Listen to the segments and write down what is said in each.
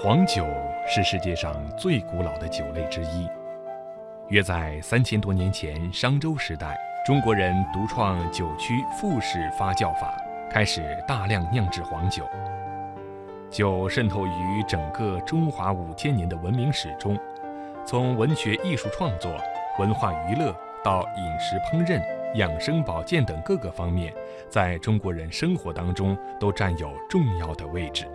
黄酒是世界上最古老的酒类之一。约在3000多年前，商周时代，中国人独创酒曲复式发酵法，开始大量酿制黄酒。酒渗透于整个中华5000年的文明史中，从文学艺术创作、文化娱乐到饮食烹饪、养生保健等各个方面，在中国人生活当中都占有重要的位置。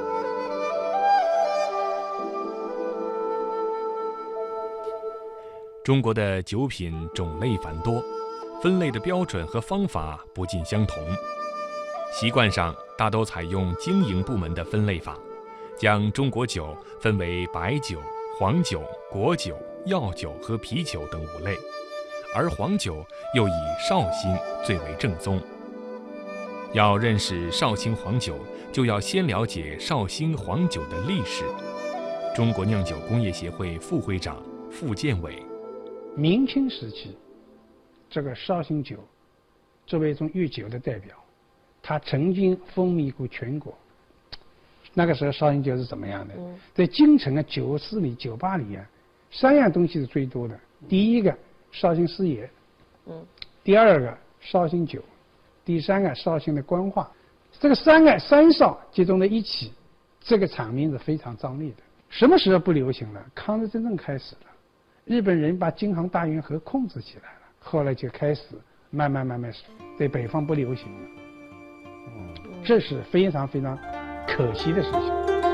中国的酒品种类繁多，分类的标准和方法不尽相同。习惯上大都采用经营部门的分类法，将中国酒分为白酒、黄酒、果酒、药酒和啤酒等5类，而黄酒又以绍兴最为正宗。要认识绍兴黄酒，就要先了解绍兴黄酒的历史。中国酿酒工业协会副会长傅建伟： 明清时期，这个绍兴酒作为一种御酒的代表，它曾经风靡过全国。那个时候绍兴酒是怎么样的？在京城啊、酒肆里、酒吧里啊，3样东西是最多的。第一个，绍兴师爷；第二个，绍兴酒；第三个，绍兴的官话。这个三绍集中在一起，这个场面是非常张力的。什么时候不流行了？抗日战争开始了。日本人把京杭大运河控制起来了，后来就开始慢慢在北方不流行了。这是非常非常可惜的事情。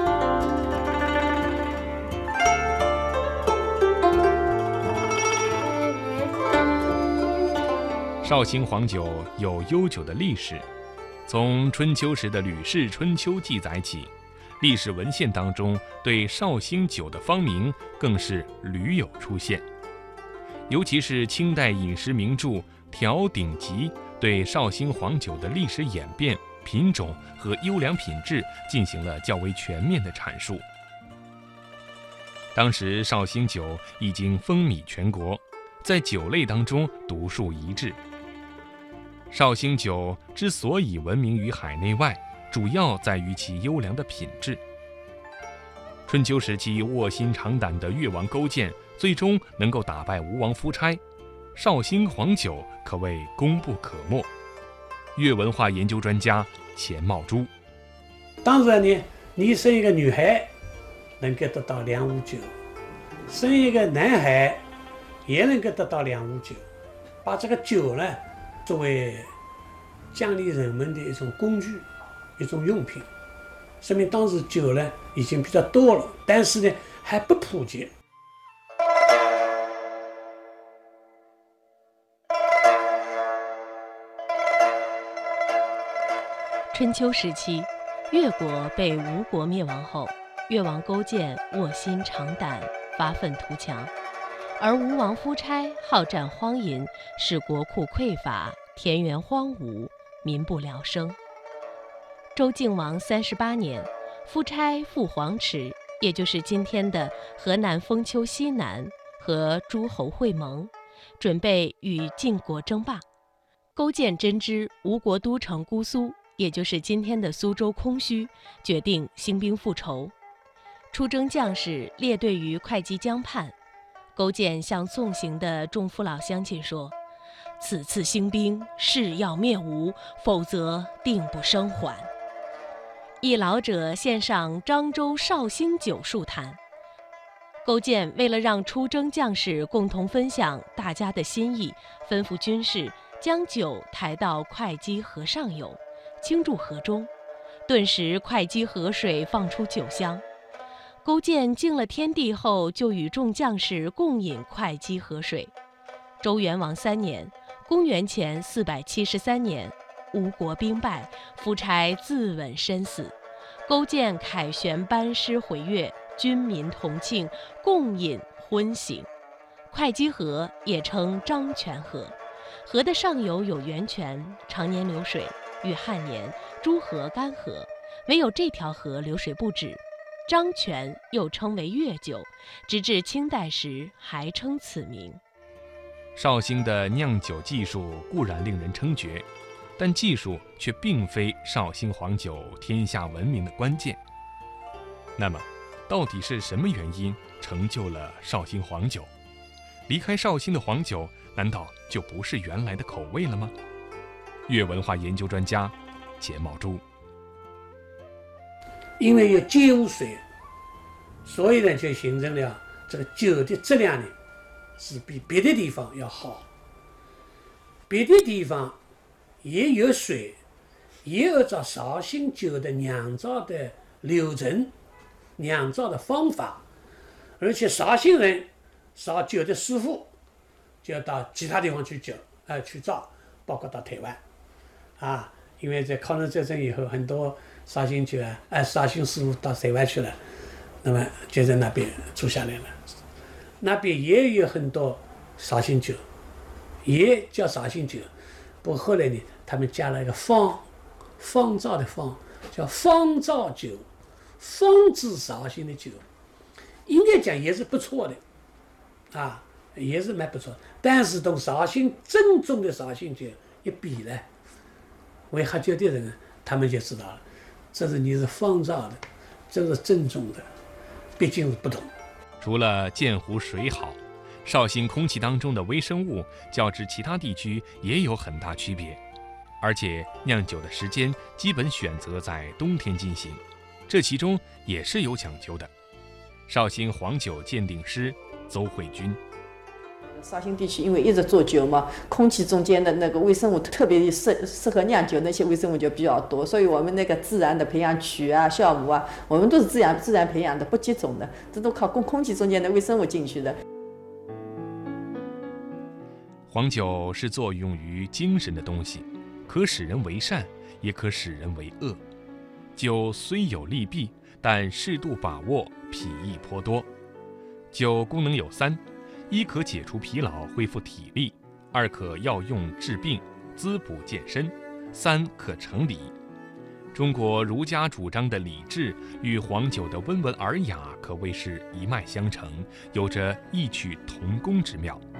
绍兴黄酒有悠久的历史，从春秋时的《吕氏春秋》记载起，历史文献当中对绍兴酒的芳名更是屡有出现。尤其是清代饮食名著《调鼎集》对绍兴黄酒的历史演变、品种和优良品质进行了较为全面的阐述。当时绍兴酒已经风靡全国，在酒类当中独树一帜。绍兴酒之所以闻名于海内外，主要在于其优良的品质。春秋时期卧薪尝胆的越王勾践，最终能够打败吴王夫差，绍兴黄酒可谓功不可没。越文化研究专家钱茂珠： 当然呢，你生一个女孩能够得到259，生一个男孩也能够得到259，把这个酒呢作为奖励人们的一种工具、一种用品，说明当时酒呢已经比较多了，但是呢还不普及。 春秋时期，越国被吴国灭亡后，越王勾践卧薪尝胆，发愤图强，而吴王夫差好战荒淫，使国库匮乏，田园荒芜，民不聊生。周敬王38年，夫差赴黄池，也就是今天的河南封丘西南，和诸侯会盟，准备与晋国争霸。勾践深知吴国都城姑苏，也就是今天的苏州空虚，决定兴兵复仇。出征将士列队于会稽江畔，勾践向送行的众父老乡亲说：此次兴兵誓要灭吴，否则定不生还。一老者献上漳州绍兴酒数坛。勾践为了让出征将士共同分享大家的心意，吩咐军士将酒抬到会稽河上游，倾注河中，顿时会稽河水放出酒香。勾践敬了天地后，就与众将士共饮会稽河水。周元王3年，公元前473年，吴国兵败，夫差自刎身死。勾践凯旋班师回越，军民同庆，共饮昏醒。会稽河也称漳泉河，河的上游有源泉，常年流水，遇旱年诸河干涸，唯有这条河流水不止。漳泉又称为越酒，直至清代时还称此名。 绍兴的酿酒技术固然令人称绝，但技术却并非绍兴黄酒天下闻名的关键。那么， 到底是什么原因成就了绍兴黄酒？离开绍兴的黄酒，难道就不是原来的口味了吗？粤文化研究专家钱茂珠。 因为有酒水，所以呢就形成了这个酒的质量呢是比别的地方要好。别的地方也有水，也按照绍兴酒的酿造的流程、酿造的方法，而且绍兴人烧酒的师傅就要到其他地方去去造，包括到台湾啊。因为在抗日战争以后，很多绍兴酒绍兴师傅到台湾去了，那么就在那边住下来了。那边也有很多绍兴酒，也叫绍兴酒，不过后来呢，他们加了一个方造的方，叫方造酒，方制绍兴的酒，应该讲也是不错的，也是蛮不错的。但是同绍兴正宗的绍兴酒一比呢，会喝酒的人他们就知道了，这是你是方造的，这是正宗的，毕竟是不同。 除了鉴湖水好，绍兴空气当中的微生物较之其他地区也有很大区别，而且酿酒的时间基本选择在冬天进行，这其中也是有讲究的。绍兴黄酒鉴定师邹慧君。 绍兴地区因为一直做酒嘛，空气中间的那个微生物特别适合酿酒，那些微生物就比较多，所以我们那个自然的培养曲酵母我们都是自然培养的，不接种的，这都靠空气中间的微生物进去的。 黄酒是作用于精神的东西，可使人为善，也可使人为恶。酒虽有利弊，但适度把握，裨益颇多。酒功能有三：一可解除疲劳，恢复体力；二可药用治病，滋补健身；三可成礼。中国儒家主张的礼制与黄酒的温文尔雅可谓是一脉相承，有着异曲同工之妙。